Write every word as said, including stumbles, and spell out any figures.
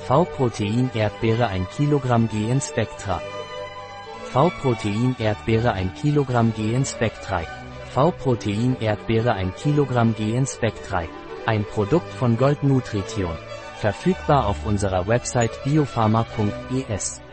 V-Protein Erdbeere ein Kilogramm G N Spectra. V-Protein Erdbeere ein Kilogramm G N Spectra. V-Protein Erdbeere ein Kilogramm G N Spectra. Ein Produkt von Gold Nutrition. Verfügbar auf unserer Website biopharma punkt es.